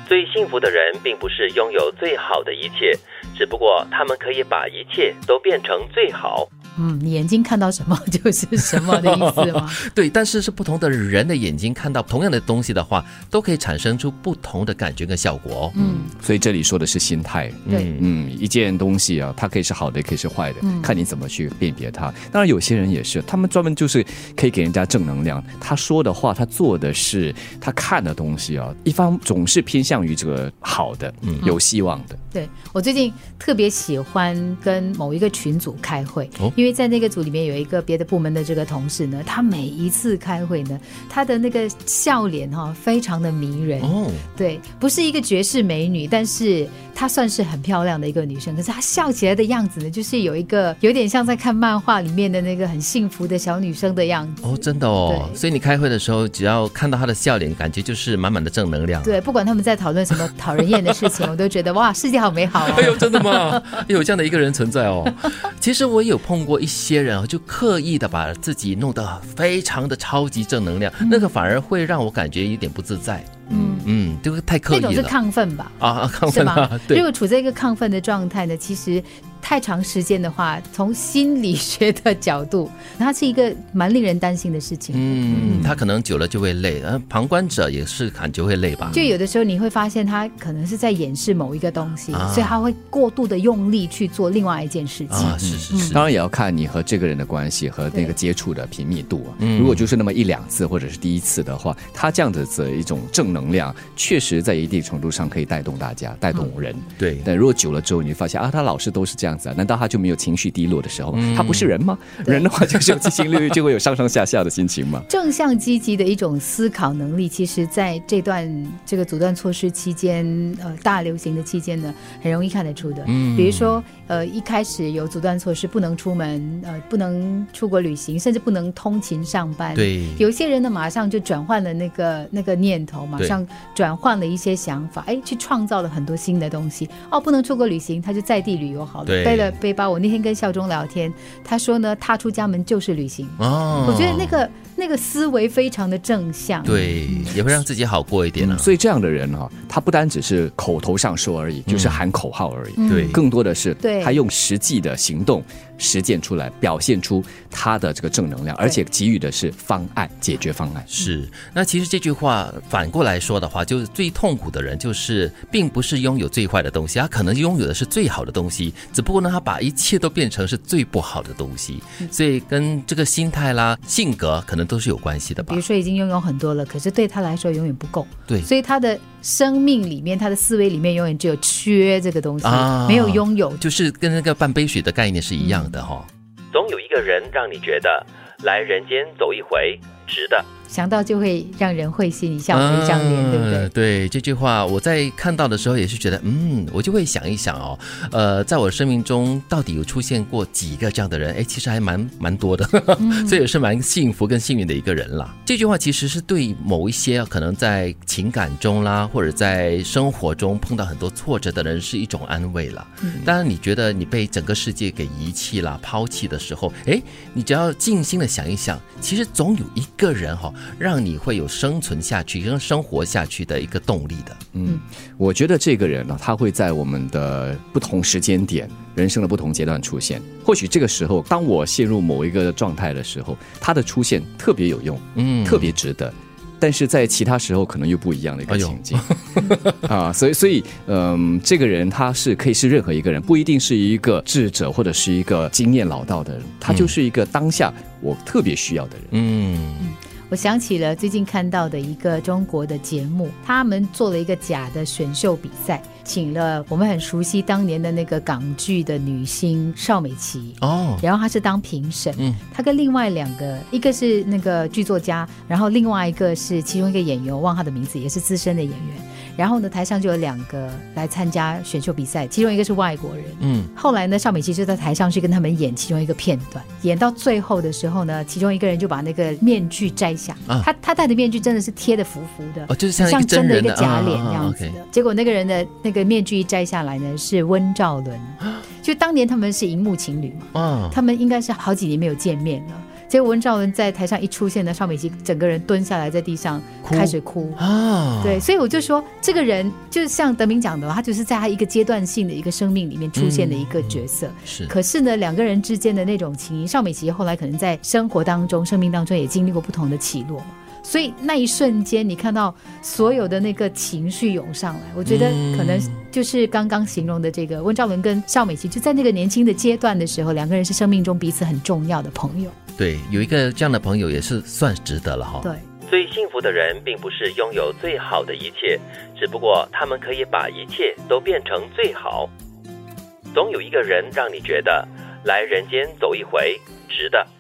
最幸福的人并不是拥有最好的一切，只不过他们可以把一切都变成最好。 你眼睛看到什么就是什么的意思吗？ 对，但是不同的人的眼睛看到同样的东西的话，都可以产生出不同的感觉跟效果。 所以这里说的是心态。 对， 一件东西啊，它可以是好的，也可以是坏的，看你怎么去辨别它。当然，有些人也是，他们专门就是可以给人家正能量。他说的话，他做的事，他看的东西啊，一方总是偏向于这个好的，有希望的。 对，我最近特别喜欢跟某一个群组开会，因为在那个组里面有一个别的部门的这个同事呢，他每一次开会呢，他的那个笑脸非常的迷人。对，不是一个绝世美女，但是她算是很漂亮的一个女生，可是她笑起来的样子呢，就是有点像在看漫画里面的那个很幸福的小女生的样子。 真的所以你开会的时候，只要看到她的笑脸，感觉就是满满的正能量。 对，不管他们在讨论什么讨人厌的事情，我都觉得哇，世界好美好哎呦，真的吗？有这样的一个人存在其实我有碰过一些人就刻意的把自己弄得非常的超级正能量，那个反而会让我感觉有点不自在。这个太刻意了。 那种是亢奋吧？ 亢奋吗？ 对。 如果处在一个亢奋的状态呢，其实太长时间的话，从心理学的角度，它是一个蛮令人担心的事情。 他可能久了就会累，旁观者也是感觉会累吧。 就有的时候你会发现他可能是在掩饰某一个东西，所以他会过度的用力去做另外一件事情。 是。 当然也要看你和这个人的关系和那个接触的频密度如果就是那么一两次或者是第一次的话，他这样子的一种正能量，确实在一定程度上可以带动大家，带动人。 对。 但如果久了之后，你发现他老是都是这样子难道他就没有情绪低落的时候？他不是人吗？人的话就是有七情六欲，就会有上上下下的心情嘛。 正向积极的一种思考能力，其实在这个阻断措施期间，大流行的期间呢，很容易看得出的。比如说一开始有阻断措施，不能出门，不能出国旅行，甚至不能通勤上班。 对， 有些人呢马上就转换了那个念头，马上转换了一些想法，去创造了很多新的东西。不能出国旅行，他就在地旅游好了，背了背包。我那天跟孝忠聊天，他说呢，踏出家门就是旅行。我觉得那个思维非常的正向， 对，也会让自己好过一点所以这样的人他不单只是口头上说而已，就是喊口号而已。 对， 更多的是他用实际的行动实践出来，表现出他的这个正能量，而且给予的是方案，解决方案。 是。那其实这句话反过来说的话，就是最痛苦的人就是并不是拥有最坏的东西，他可能拥有的是最好的东西，只不过呢他把一切都变成是最不好的东西。所以跟这个心态啦、性格可能都是有关系的吧。 比如说已经拥有很多了，可是对他来说永远不够。 对， 所以他的生命里面，他的思维里面永远只有缺这个东西，没有拥有。 就是跟那个半杯水的概念是一样的总有一个人让你觉得来人间走一回值得。 想到就会让人会心一笑的一张脸，对不对？ 对，这句话我在看到的时候也是觉得我就会想一想在我的生命中到底有出现过几个这样的人，其实还蛮多的所以也是蛮幸福跟幸运的一个人啦。这句话其实是对某一些可能在情感中啦，或者在生活中碰到很多挫折的人是一种安慰啦。当然你觉得你被整个世界给遗弃啦、抛弃的时候，你只要静心的想一想，其实总有一个人让你会有生存下去跟生活下去的一个动力的。 我觉得这个人他会在我们的不同时间点、人生的不同阶段出现。或许这个时候，当我陷入某一个状态的时候，他的出现特别有用，特别值得。但是在其他时候可能又不一样的一个情境所以这个人他是可以是任何一个人，不一定是一个智者或者是一个经验老道的人，他就是一个当下我特别需要的人。 我想起了最近看到的一个中国的节目，他们做了一个假的选秀比赛，请了我们很熟悉当年的那个港剧的女星邵美琪然后她是当评审她跟另外两个，一个是那个剧作家，然后另外一个是其中一个演员，我忘他的名字，也是资深的演员。然后呢，台上就有两个来参加选秀比赛，其中一个是外国人后来呢，邵美琪就在台上去跟他们演其中一个片段，演到最后的时候呢，其中一个人就把那个面具摘下他戴的面具真的是贴得浮浮的就是像一个真的一个假脸这样子的结果那个人的那个面具一摘下来呢，是温兆伦就当年他们是荧幕情侣嘛他们应该是好几年没有见面了， 结果温兆伦在台上一出现呢，邵美琪整个人蹲下来在地上开始哭啊。对，所以我就说这个人就像德明讲的，他就是在他一个阶段性的一个生命里面出现的一个角色。 是， 可是呢，两个人之间的那种情谊，邵美琪后来可能在生活当中、生命当中也经历过不同的起落。所以那一瞬间你看到所有的那个情绪涌上来，我觉得可能就是刚刚形容的这个温兆伦跟邵美琪就在那个年轻的阶段的时候，两个人是生命中彼此很重要的朋友。 对，有一个这样的朋友也是算值得了哈。 对， 最幸福的人并不是拥有最好的一切，只不过他们可以把一切都变成最好。总有一个人让你觉得来人间走一回值得。